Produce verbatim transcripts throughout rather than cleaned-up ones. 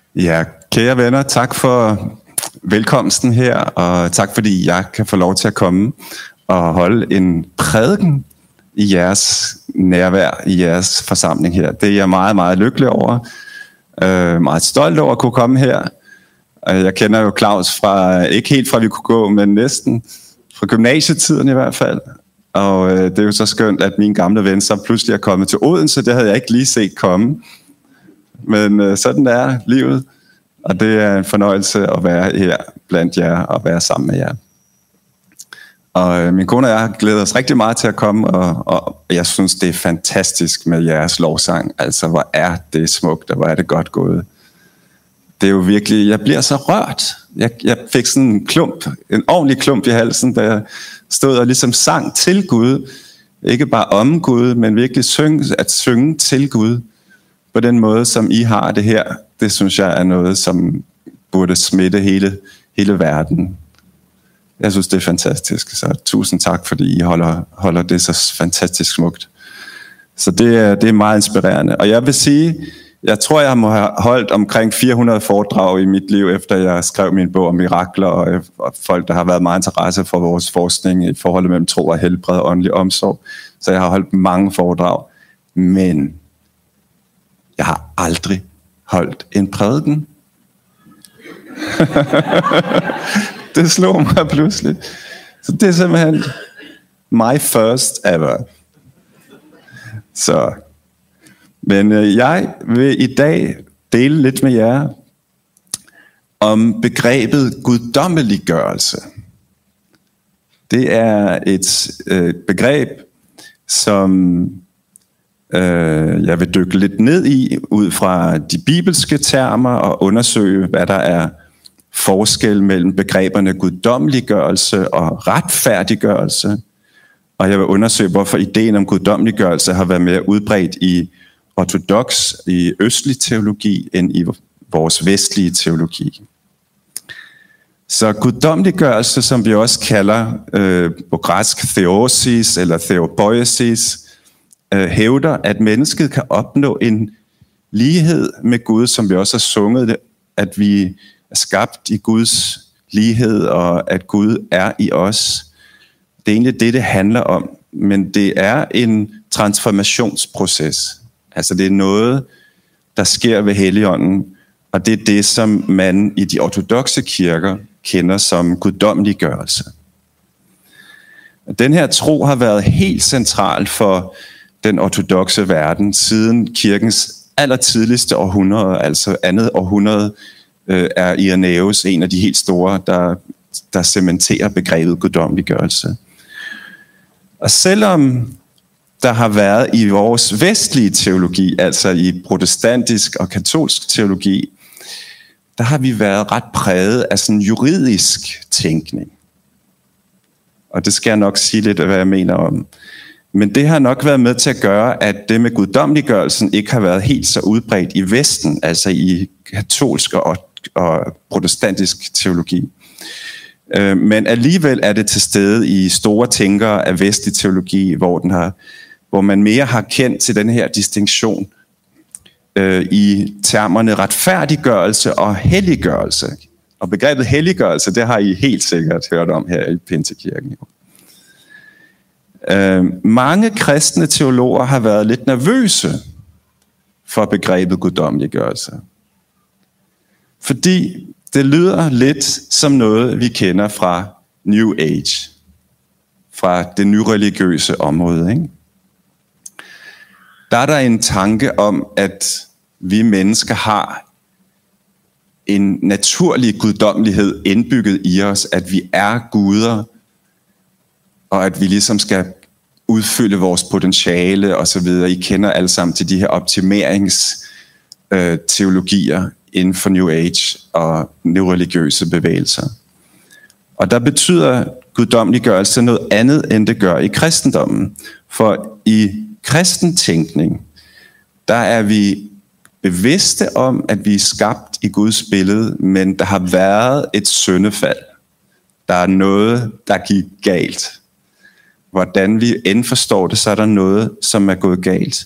Ja, kære venner, tak for velkomsten her, og tak fordi jeg kan få lov til at komme og holde en prædiken i jeres nærvær, i jeres forsamling her. Det er jeg meget, meget lykkelig over, øh, meget stolt over at kunne komme her. Jeg kender jo Claus fra, ikke helt fra vi kunne gå, men næsten fra gymnasietiden i hvert fald. Og øh, det er jo så skønt, at min gamle ven så pludselig er kommet til Odense. Det havde jeg ikke lige set komme. Men øh, sådan er livet, og det er en fornøjelse at være her blandt jer og være sammen med jer. Og øh, min kone og jeg glæder os rigtig meget til at komme, og, og jeg synes, det er fantastisk med jeres lovsang. Altså, hvor er det smukt, og hvor er det godt gået. Det er jo virkelig, jeg bliver så rørt. Jeg, jeg fik sådan en klump, en ordentlig klump i halsen, da jeg stod og ligesom sang til Gud. Ikke bare om Gud, men virkelig synge, at synge til Gud. På den måde, som I har det her, det synes jeg er noget, som burde smitte hele, hele verden. Jeg synes, det er fantastisk. Så tusind tak, fordi I holder, holder det så fantastisk smukt. Så det er, det er meget inspirerende. Og jeg vil sige, jeg tror, jeg må have holdt omkring fire hundrede foredrag i mit liv, efter jeg skrev min bog om mirakler, og, og folk, der har været meget interesse for vores forskning i forholdet mellem tro og helbred og åndelig omsorg. Så jeg har holdt mange foredrag. Men jeg har aldrig holdt en prædiken. Det slog mig pludselig. Så det er simpelthen my first ever. Så, men øh, jeg vil i dag dele lidt med jer om begrebet guddommeliggørelse. Det er et øh, begreb, som øh, jeg vil dykke lidt ned i, ud fra de bibelske termer, og undersøge, hvad der er forskel mellem begreberne guddommeliggørelse og retfærdiggørelse. Og jeg vil undersøge, hvorfor ideen om guddommeliggørelse har været mere udbredt i ortodoks, i østlig teologi, end i vores vestlige teologi. Så guddommeliggørelse, som vi også kalder øh, på græsk theosis eller theopoiesis, øh, hævder, at mennesket kan opnå en lighed med Gud, som vi også har sunget det, at vi er skabt i Guds lighed, og at Gud er i os. Det er egentlig det, det handler om, men det er en transformationsproces. Altså det er noget, der sker ved Helligånden, og det er det, som man i de ortodokse kirker kender som guddommeliggørelse. Den her tro har været helt central for den ortodokse verden siden kirkens allertidligste århundrede, altså andet århundrede, er Irenæus en af de helt store, der, der cementerer begrebet guddommeliggørelse. Og selvom der har været i vores vestlige teologi, altså i protestantisk og katolsk teologi, der har vi været ret præget af sådan juridisk tænkning. Og det skal jeg nok sige lidt af, hvad jeg mener om. Men det har nok været med til at gøre, at det med guddommeliggørelsen ikke har været helt så udbredt i Vesten, altså i katolsk og, og protestantisk teologi. Men alligevel er det til stede i store tænkere af vestlig teologi, hvor, den har, hvor man mere har kendt til den her distinktion øh, i termerne retfærdiggørelse og helliggørelse. Og begrebet helliggørelse, det har I helt sikkert hørt om her i Pinsekirken. Øh, mange kristne teologer har været lidt nervøse for begrebet guddommeliggørelse. Fordi det lyder lidt som noget, vi kender fra New Age, fra det nyreligiøse område, ikke? Der er der en tanke om, at vi mennesker har en naturlig guddommelighed indbygget i os, at vi er guder, og at vi ligesom skal udfylde vores potentiale osv. I kender alle sammen til de her optimeringsteologier inden for New Age og neureligiøse bevægelser. Og der betyder guddommeliggørelse noget andet, end det gør i kristendommen. For i kristen tænkning, der er vi bevidste om, at vi er skabt i Guds billede, men der har været et syndefald. Der er noget, der gik galt. Hvordan vi end forstår det, så er der noget, som er gået galt.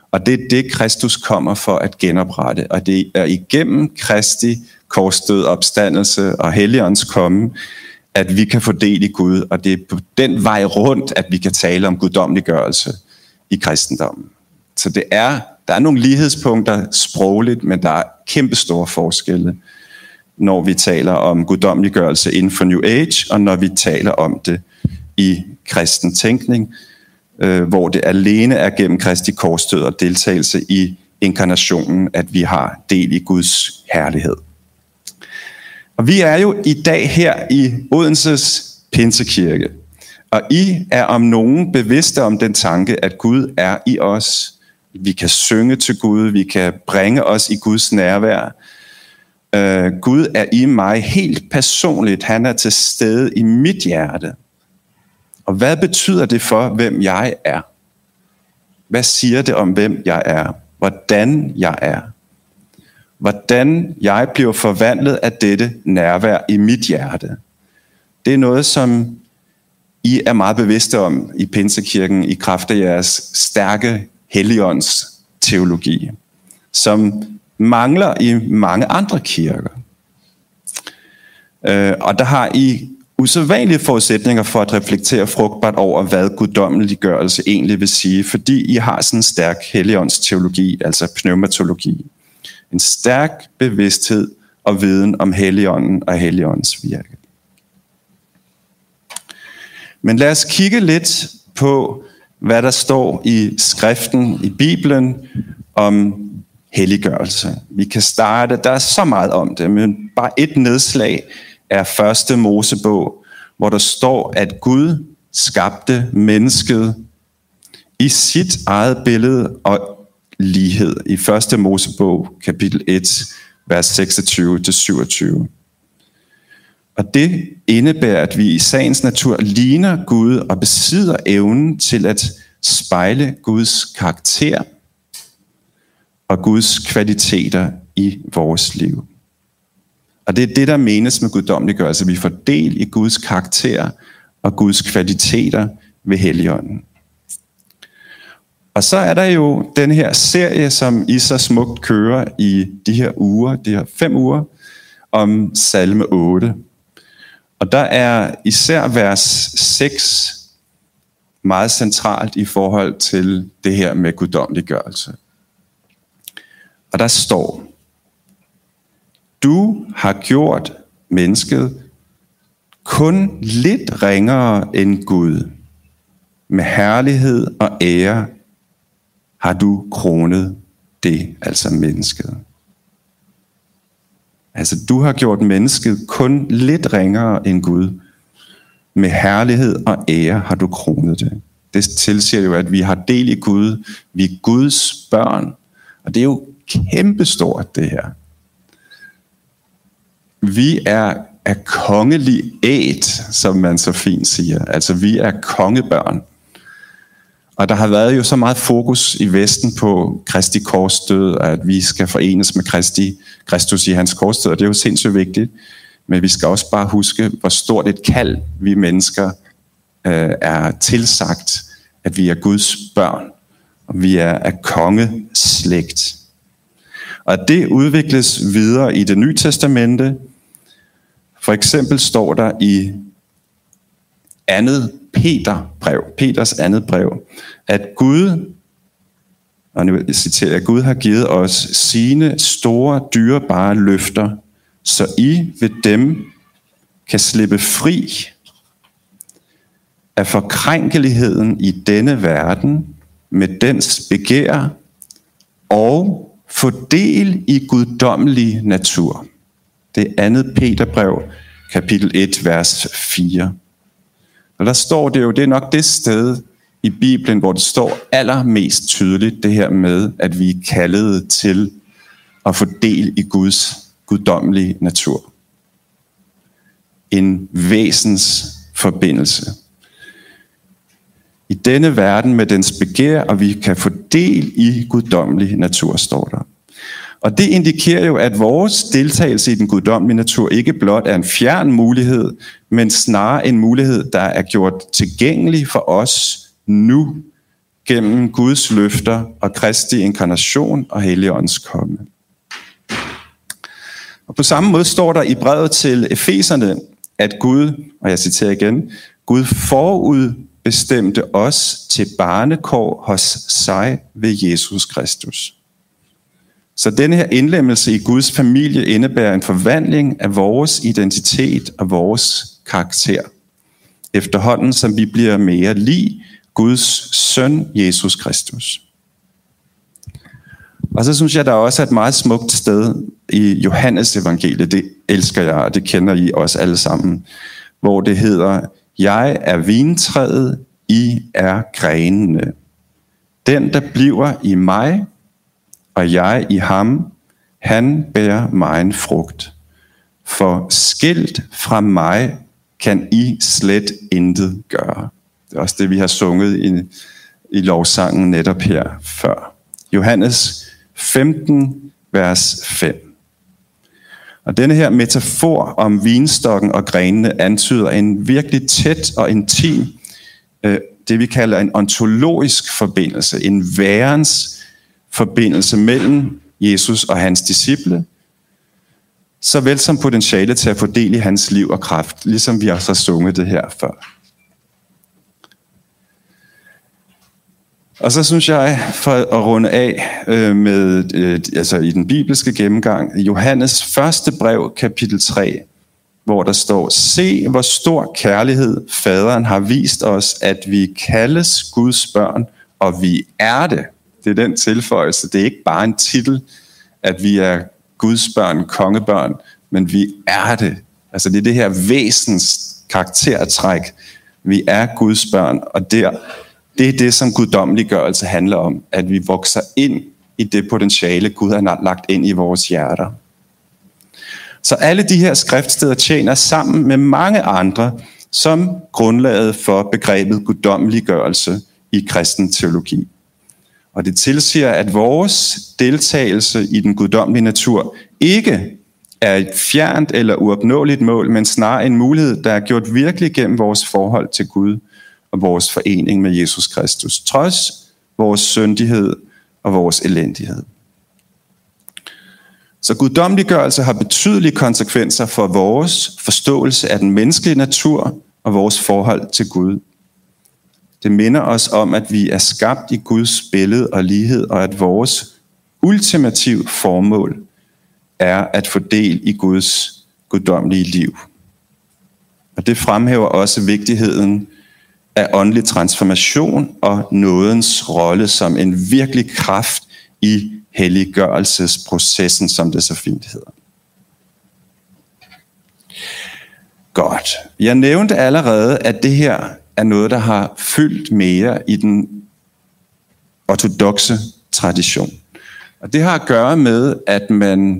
Og det er det, Kristus kommer for at genoprette. Og det er igennem Kristi korsdød, opstandelse og Helligåndens komme, at vi kan få del i Gud. Og det er på den vej rundt, at vi kan tale om guddommeliggørelse i kristendommen. Så det er, der er nogle lighedspunkter sprogligt, men der er kæmpe store forskelle, når vi taler om guddommeliggørelse inden for New Age, og når vi taler om det i kristen tænkning, øh, hvor det alene er gennem Kristi korsdød og deltagelse i inkarnationen, at vi har del i Guds herlighed. Og vi er jo i dag her i Odenses Pinsekirke, og I er om nogen bevidste om den tanke, at Gud er i os. Vi kan synge til Gud, vi kan bringe os i Guds nærvær. Uh, Gud er i mig helt personligt, han er til stede i mit hjerte. Og hvad betyder det for, hvem jeg er? Hvad siger det om, hvem jeg er? Hvordan jeg er? Hvordan jeg bliver forvandlet af dette nærvær i mit hjerte? Det er noget, som I er meget bevidste om i Pinsekirken i kraft af jeres stærke Helligånds teologi, som mangler i mange andre kirker. Øh, og der har I usædvanlige forudsætninger for at reflektere frugtbart over, hvad guddommeliggørelse egentlig vil sige, fordi I har sådan en stærk Helligånds teologi, altså pneumatologi. En stærk bevidsthed og viden om Helligånden og Helligåndens virke. Men lad os kigge lidt på, hvad der står i skriften, i Bibelen, om helliggørelse. Vi kan starte, der er så meget om det, men bare et nedslag er første Mosebog, hvor der står, at Gud skabte mennesket i sit eget billede og lighed. I første Mosebog, kapitel et, vers seksogtyve til syvogtyve. Og det indebærer, at vi i sagens natur ligner Gud og besidder evnen til at spejle Guds karakter og Guds kvaliteter i vores liv. Og det er det, der menes med guddommeliggørelse. Vi får del i Guds karakter og Guds kvaliteter ved Helligånden. Og så er der jo den her serie, som I så smukt kører i de her uger, de her fem uger, om salme otte. Og der er især vers seks meget centralt i forhold til det her med guddommeliggørelse. Og der står: Du har gjort mennesket kun lidt ringere end Gud. Med herlighed og ære har du kronet det, altså mennesket. Altså, du har gjort mennesket kun lidt ringere end Gud. Med herlighed og ære har du kronet det. Det tilsiger jo, at vi har del i Gud. Vi er Guds børn. Og det er jo kæmpestort, det her. Vi er af kongelig æt, som man så fint siger. Altså, vi er kongebørn. Og der har været jo så meget fokus i Vesten på Kristi korsdød, at vi skal forenes med Kristi, Kristus i hans korsdød, og det er jo sindssygt vigtigt. Men vi skal også bare huske, hvor stort et kald vi mennesker øh, er tilsagt, at vi er Guds børn, og vi er af kongeslægt. Og det udvikles videre i Det Nye Testamente. For eksempel står der i andet Peter brev, Peters andet brev, at Gud, og nu citerer jeg, Gud har givet os sine store, dyrebare løfter, så I ved dem kan slippe fri af forkrænkeligheden i denne verden med dens begær og få del i guddommelig natur. Det er andet Peterbrev, kapitel et, vers fire. Og der står det jo, det er nok det sted i Bibelen, hvor det står allermest tydeligt, det her med, at vi er kaldet til at få del i Guds guddommelige natur. En væsens forbindelse. I denne verden med dens begær, og vi kan få del i guddommelig natur, står der. Og det indikerer jo, at vores deltagelse i den guddommelige natur ikke blot er en fjern mulighed, men snarere en mulighed, der er gjort tilgængelig for os nu gennem Guds løfter og Kristi inkarnation og Helligåndens komme. Og på samme måde står der i brevet til Efeserne, at Gud, og jeg citerer igen, Gud forudbestemte os til barnekår hos sig ved Jesus Kristus. Så denne her indlemmelse i Guds familie indebærer en forvandling af vores identitet og vores karakter, efterhånden som vi bliver mere lig Guds søn Jesus Kristus. Og så synes jeg, der også er et meget smukt sted i Johannes evangeliet, det elsker jeg, og det kender I også alle sammen, hvor det hedder, jeg er vintræet, I er grenene. Den, der bliver i mig, og jeg i ham, han bærer megen frugt. For skilt fra mig kan I slet intet gøre. Det er også det, vi har sunget i, i lovsangen netop her før. Johannes femten, vers fem. Og denne her metafor om vinstokken og grenene antyder en virkelig tæt og intim, øh, det vi kalder en ontologisk forbindelse, en værens forbindelse mellem Jesus og hans disciple, såvel som potentiale til at få del i hans liv og kraft, ligesom vi også har sunget det her før. Og så synes jeg, for at runde af øh, med, øh, altså i den bibelske gennemgang, Johannes første brev, kapitel tre, hvor der står, se hvor stor kærlighed faderen har vist os, at vi kaldes Guds børn, og vi er det. Det er den tilføjelse. Det er ikke bare en titel, at vi er Guds børn, kongebørn, men vi er det. Altså det er det her væsens karaktertræk. Vi er Guds børn, og der, det er det, som guddommeliggørelse handler om. At vi vokser ind i det potentiale, Gud har lagt ind i vores hjerter. Så alle de her skriftsteder tjener sammen med mange andre som grundlaget for begrebet guddommeliggørelse i kristen teologi. Og det tilsiger, at vores deltagelse i den guddommelige natur ikke er et fjernt eller uopnåeligt mål, men snarere en mulighed, der er gjort virkelig gennem vores forhold til Gud og vores forening med Jesus Kristus, trods vores syndighed og vores elendighed. Så guddommeliggørelse har betydelige konsekvenser for vores forståelse af den menneskelige natur og vores forhold til Gud. Det minder os om, at vi er skabt i Guds billede og lighed, og at vores ultimative formål er at få del i Guds guddommelige liv. Og det fremhæver også vigtigheden af åndelig transformation og nådens rolle som en virkelig kraft i helliggørelsesprocessen, som det så fint hedder. Godt. Jeg nævnte allerede, at det her er noget, der har fyldt mere i den ortodokse tradition. Og det har at gøre med, at man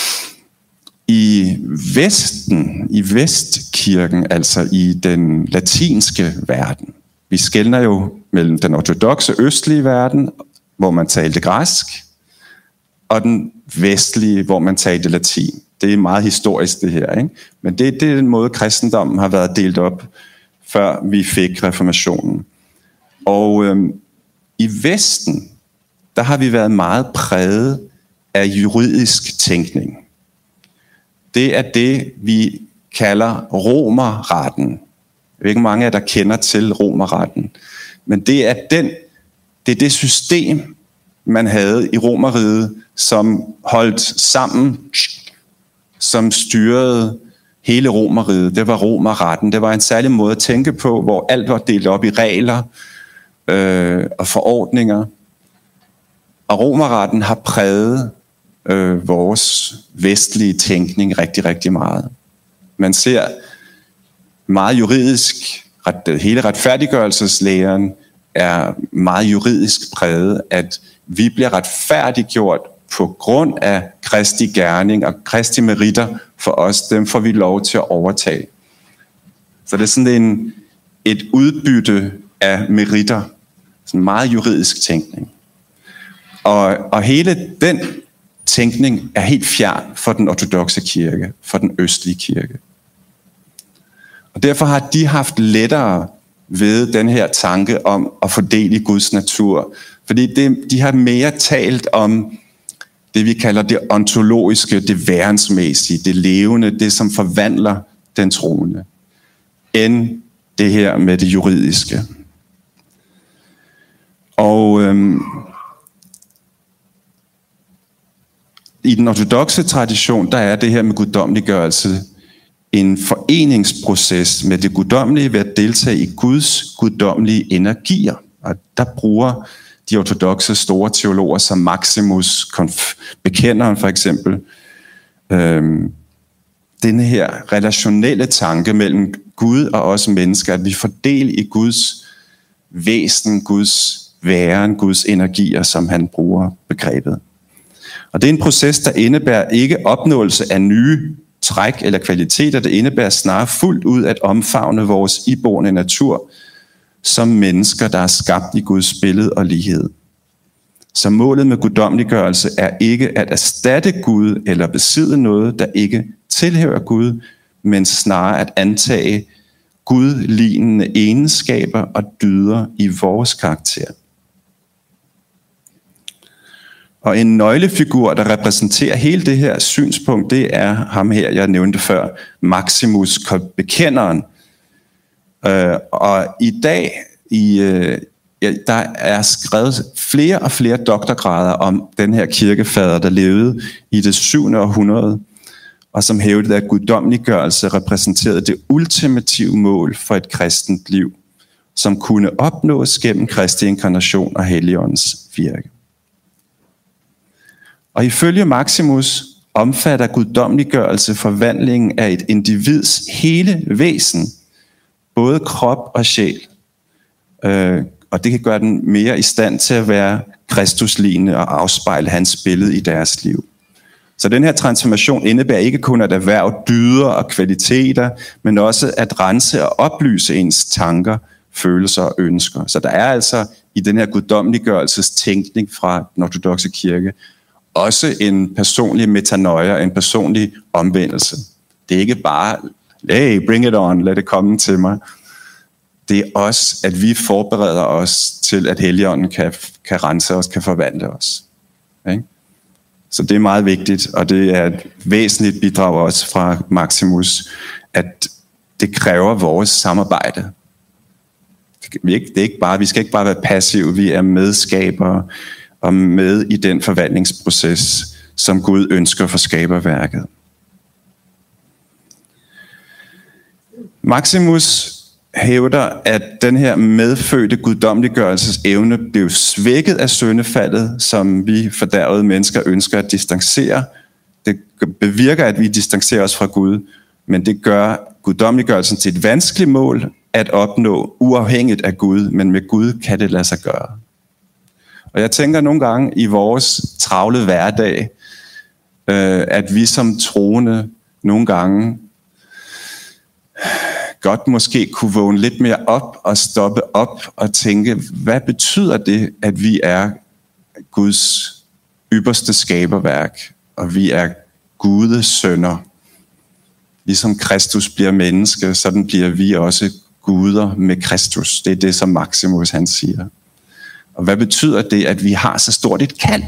i Vesten, i Vestkirken, altså i den latinske verden, vi skelner jo mellem den ortodokse østlige verden, hvor man talte græsk, og den vestlige, hvor man talte latin. Det er meget historisk det her, ikke? Men det, det er den måde, kristendommen har været delt op, før vi fik reformationen. Og øhm, i Vesten, der har vi været meget præget af juridisk tænkning. Det er det, vi kalder romerretten. Jeg ved ikke, mange af jer, der kender til romerretten. Men det er, den, det er det system, man havde i Romerriget, som holdt sammen, som styrede hele Romerriget. Det var romerretten. Det var en særlig måde at tænke på, hvor alt var delt op i regler øh, og forordninger. Og romerretten har præget øh, vores vestlige tænkning rigtig, rigtig meget. Man ser meget juridisk, ret, hele retfærdiggørelseslæren er meget juridisk præget, at vi bliver retfærdiggjort på grund af Kristi gerning og Kristi meritter for os, dem får vi lov til at overtage. Så det er sådan en, et udbytte af meritter, sådan en meget juridisk tænkning. Og, og hele den tænkning er helt fjern for den ortodokse kirke, for den østlige kirke. Og derfor har de haft lettere ved den her tanke om at fordele i Guds natur. Fordi det, de har mere talt om det, vi kalder det ontologiske, det værensmæssige, det levende, det som forvandler den troende, end det her med det juridiske. Og øhm, i den ortodokse tradition, der er det her med guddommeliggørelse en foreningsproces med det guddommelige ved at deltage i Guds guddommelige energier. Og der bruger de ortodokse store teologer som Maximus, bekenderen for eksempel, øhm, denne her relationelle tanke mellem Gud og os mennesker, at vi får del i Guds væsen, Guds væren, Guds energier, som han bruger begrebet. Og det er en proces, der indebærer ikke opnåelse af nye træk eller kvaliteter, det indebærer snarere fuldt ud at omfavne vores iboende natur som mennesker, der er skabt i Guds billede og lighed. Så målet med guddommeliggørelse er ikke at erstatte Gud eller besidde noget, der ikke tilhører Gud, men snarere at antage gudlignende egenskaber og dyder i vores karakter. Og en nøglefigur, der repræsenterer hele det her synspunkt, det er ham her, jeg nævnte før, Maximus, bekenderen. Øh, og i dag, i, øh, ja, der er skrevet flere og flere doktorgrader om den her kirkefader, der levede i det syvende århundrede, og som hævdede, at guddommeliggørelse repræsenterede det ultimative mål for et kristent liv, som kunne opnås gennem Kristi inkarnation og Helligåndens virke. Og ifølge Maximus omfatter guddommeliggørelse forvandlingen af et individs hele væsen, både krop og sjæl. Øh, og det kan gøre den mere i stand til at være kristuslignende og afspejle hans billede i deres liv. Så den her transformation indebærer ikke kun at erhverve dyder og kvaliteter, men også at rense og oplyse ens tanker, følelser og ønsker. Så der er altså i den her guddommeliggørelses tænkning fra den ortodokse kirke også en personlig metanoia, en personlig omvendelse. Det er ikke bare, hey, bring it on, lad det komme til mig. Det er også, at vi forbereder os til, at Helligånden kan, kan rense os, kan forvandle os. Okay? Så det er meget vigtigt, og det er et væsentligt bidrag også fra Maximus, at det kræver vores samarbejde. Det er ikke bare, vi skal ikke bare være passive, vi er medskabere og med i den forvandlingsproces, som Gud ønsker for skaberværket. Maximus hævder, at den her medfødte guddommeliggørelses evne blev svækket af syndefaldet, som vi fordærvede mennesker ønsker at distancere. Det bevirker, at vi distancerer os fra Gud, men det gør guddommeliggørelsen til et vanskeligt mål at opnå uafhængigt af Gud, men med Gud kan det lade sig gøre. Og jeg tænker nogle gange i vores travle hverdag, øh, at vi som troende nogle gange godt måske kunne vågne lidt mere op og stoppe op og tænke, hvad betyder det, at vi er Guds ypperste skaberværk, og vi er Gudes sønner. Ligesom Kristus bliver menneske, sådan bliver vi også guder med Kristus. Det er det, som Maximus han siger. Og hvad betyder det, at vi har så stort et kald?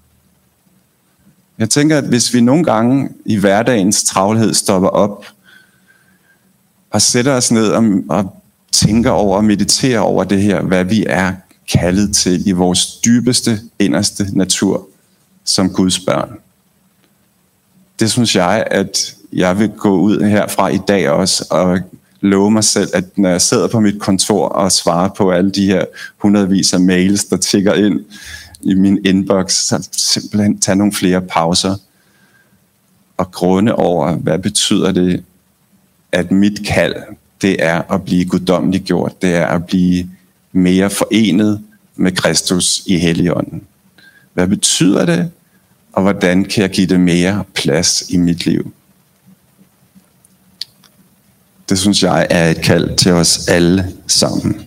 Jeg tænker, at hvis vi nogle gange i hverdagens travlhed stopper op og sætter os ned og, og tænker over og mediterer over det her, hvad vi er kaldet til i vores dybeste, inderste natur som Guds børn. Det synes jeg, at jeg vil gå ud herfra i dag også og love mig selv, at når jeg sidder på mit kontor og svarer på alle de her hundredvis af mails, der tikker ind i min inbox, så simpelthen tage nogle flere pauser og grunde over, hvad betyder det, at mit kald, det er at blive guddommeliggjort, det er at blive mere forenet med Kristus i Helligånden. Hvad betyder det, og hvordan kan jeg give det mere plads i mit liv? Det synes jeg er et kald til os alle sammen.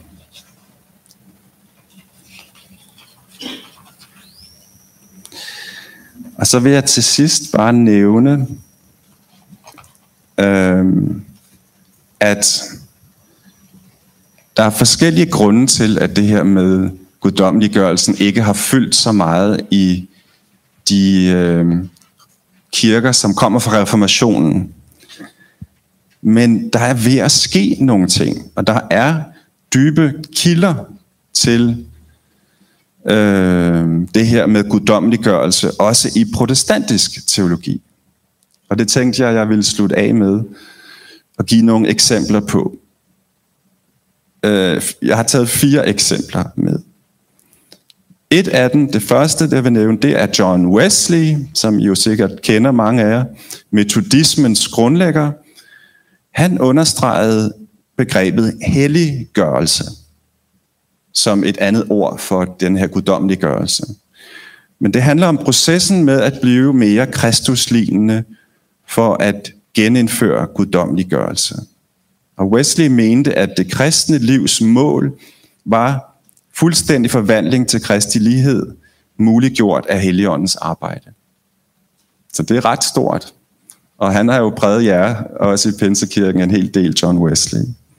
Og så vil jeg til sidst bare nævne, øhm, at Der er forskellige grunde til, at det her med guddommeliggørelsen ikke har fyldt så meget i de øh, kirker, som kommer fra reformationen. Men der er ved at ske nogle ting, og der er dybe kilder til øh, det her med guddommeliggørelse, også i protestantisk teologi. Og det tænkte jeg, jeg ville slutte af med at give nogle eksempler på. Øh, jeg har taget fire eksempler med. Et af dem, det første, det jeg vil nævne, det er John Wesley, som I jo sikkert kender mange af jer, metodismens grundlægger. Han understregede begrebet helliggørelse som et andet ord for den her guddommeliggørelse. Men det handler om processen med at blive mere kristuslignende for at genindføre guddommeliggørelse. Og Wesley mente, at det kristne livs mål var fuldstændig forvandling til Kristi lighed, muliggjort af Helligåndens arbejde. Så det er ret stort. Og han har jo præget jer, også i Pinsekirken, en hel del, John Wesley.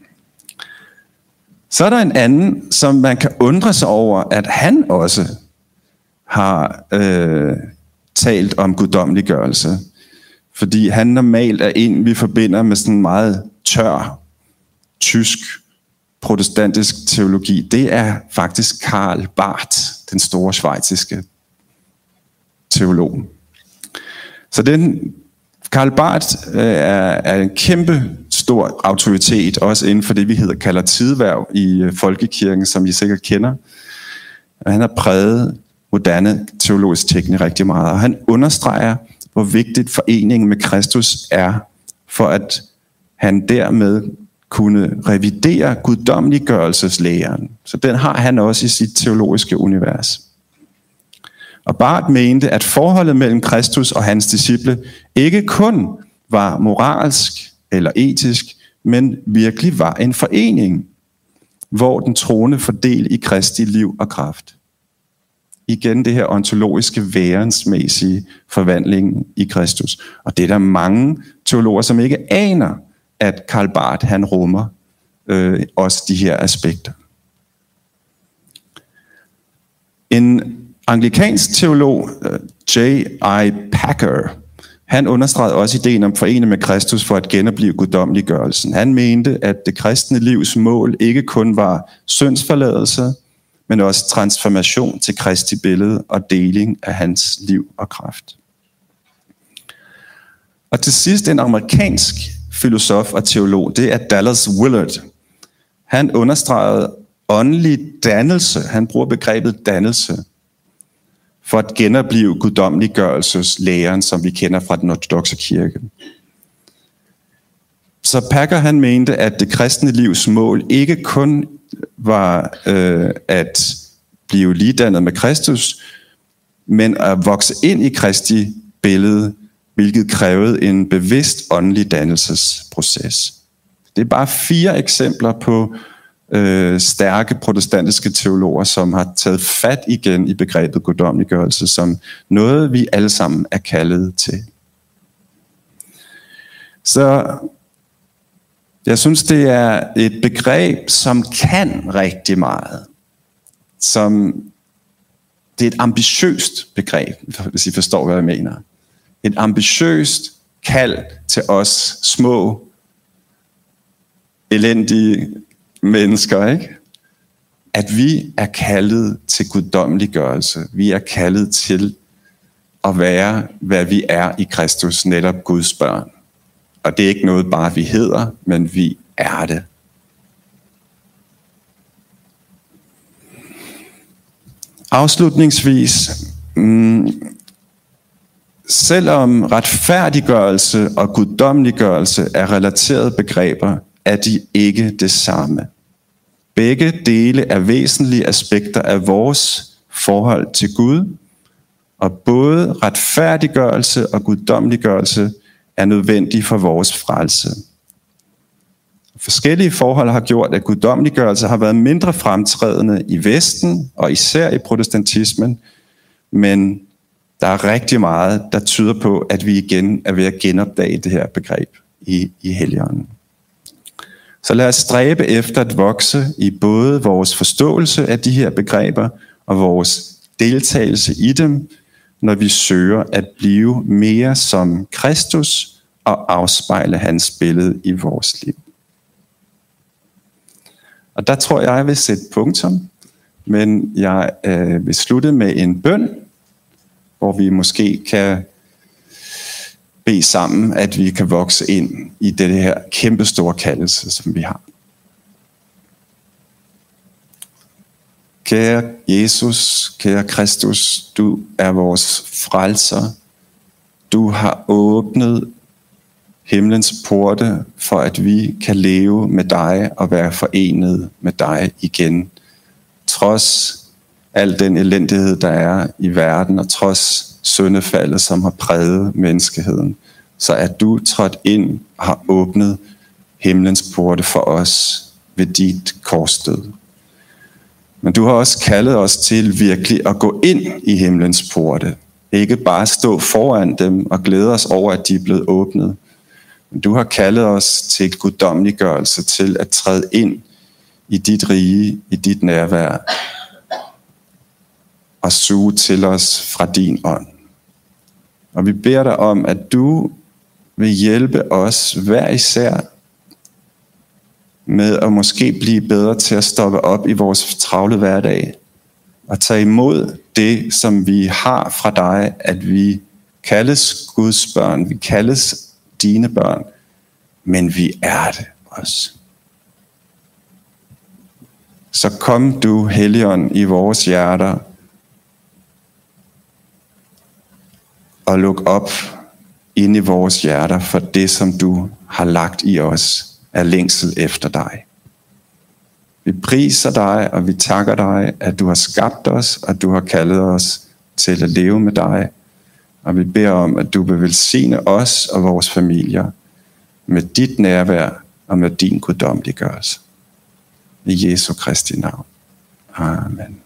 Så er der en anden, som man kan undre sig over, at han også har øh, talt om guddommeliggørelse. Fordi han normalt er en, vi forbinder med sådan en meget tør, tysk, protestantisk teologi. Det er faktisk Karl Barth, den store schweiziske teolog. Så den Karl Barth øh, er, er en kæmpe stor autoritet, også inden for det, vi hedder, kalder tidværv i øh, folkekirken, som I sikkert kender. Og han har præget moderne teologisk teknik rigtig meget, og han understreger, hvor vigtigt foreningen med Kristus er, for at han dermed kunne revidere guddommeliggørelseslæren. Så den har han også i sit teologiske univers. Og Barth mente, at forholdet mellem Kristus og hans disciple ikke kun var moralsk eller etisk, men virkelig var en forening, hvor den troende får del i Kristi liv og kraft. Igen det her ontologiske værensmæssige forvandling i Kristus. Og det er der mange teologer, som ikke aner, at Karl Barth han rummer øh, også de her aspekter. En anglikansk teolog, J I Packer, han understregede også ideen om forening med Kristus for at genopleve guddommeliggørelsen. Han mente, at det kristne livs mål ikke kun var syndsforladelse, men også transformation til Kristi billede og deling af hans liv og kraft. Og til sidst en amerikansk filosof og teolog, det er Dallas Willard. Han understregede åndelig dannelse, han bruger begrebet dannelse, for at genopleve guddommeliggørelseslæren, som vi kender fra den ortodokse kirke. Så Packer han mente, at det kristne livs mål ikke kun var øh, at blive ligedannet med Kristus, men at vokse ind i Kristi billede, hvilket krævede en bevidst åndelig dannelsesproces. Det er bare fire eksempler på øh, stærke protestantiske teologer, som har taget fat igen i begrebet guddommeliggørelse, som noget, vi alle sammen er kaldet til. Så jeg synes, det er et begreb, som kan rigtig meget. Som, det er et ambitiøst begreb, hvis I forstår, hvad jeg mener. Et ambitiøst kald til os små, elendige mennesker, ikke? At vi er kaldet til guddommeliggørelse. Vi er kaldet til at være, hvad vi er i Kristus, netop Guds børn. Og det er ikke noget bare vi hedder, men vi er det. Afslutningsvis, mm, selvom retfærdiggørelse og guddommeliggørelse er relaterede begreber, er de ikke det samme. Begge dele er væsentlige aspekter af vores forhold til Gud, og både retfærdiggørelse og guddommeliggørelse er nødvendige for vores frelse. Forskellige forhold har gjort, at guddommeliggørelse har været mindre fremtrædende i Vesten, og især i protestantismen, men der er rigtig meget, der tyder på, at vi igen er ved at genopdage det her begreb i, i Helligånden. Så lad os stræbe efter at vokse i både vores forståelse af de her begreber og vores deltagelse i dem, når vi søger at blive mere som Kristus og afspejle hans billede i vores liv. Og der tror jeg, jeg vil sætte punktum, men jeg øh, vil slutte med en bøn, hvor vi måske kan bede sammen, at vi kan vokse ind i det her kæmpestore kaldelse, som vi har. Kære Jesus, kære Kristus, du er vores frelser. Du har åbnet himlens porte, for at vi kan leve med dig og være forenet med dig igen. Trods al den elendighed, der er i verden, og trods syndefaldet, som har præget menneskeheden, så er du trådt ind og har åbnet himlens porte for os ved dit korsdød. Men du har også kaldet os til virkelig at gå ind i himlens porte. Ikke bare stå foran dem og glæde os over, at de er blevet åbnet. Men du har kaldet os til guddommeliggørelse, til at træde ind i dit rige, i dit nærvær, og suge til os fra din ånd. Og vi beder dig om, at du vil hjælpe os hver især med at måske blive bedre til at stoppe op i vores travle hverdag og tage imod det, som vi har fra dig, at vi kaldes Guds børn, vi kaldes dine børn, men vi er det også. Så kom du, Helligånd, i vores hjerter og luk op ind i vores hjerter for det, som du har lagt i os af længsel efter dig. Vi priser dig, og vi takker dig, at du har skabt os, og du har kaldet os til at leve med dig. Og vi beder om, at du vil velsigne os og vores familier med dit nærvær og med din guddommeliggørelse. I Jesu Kristi navn. Amen.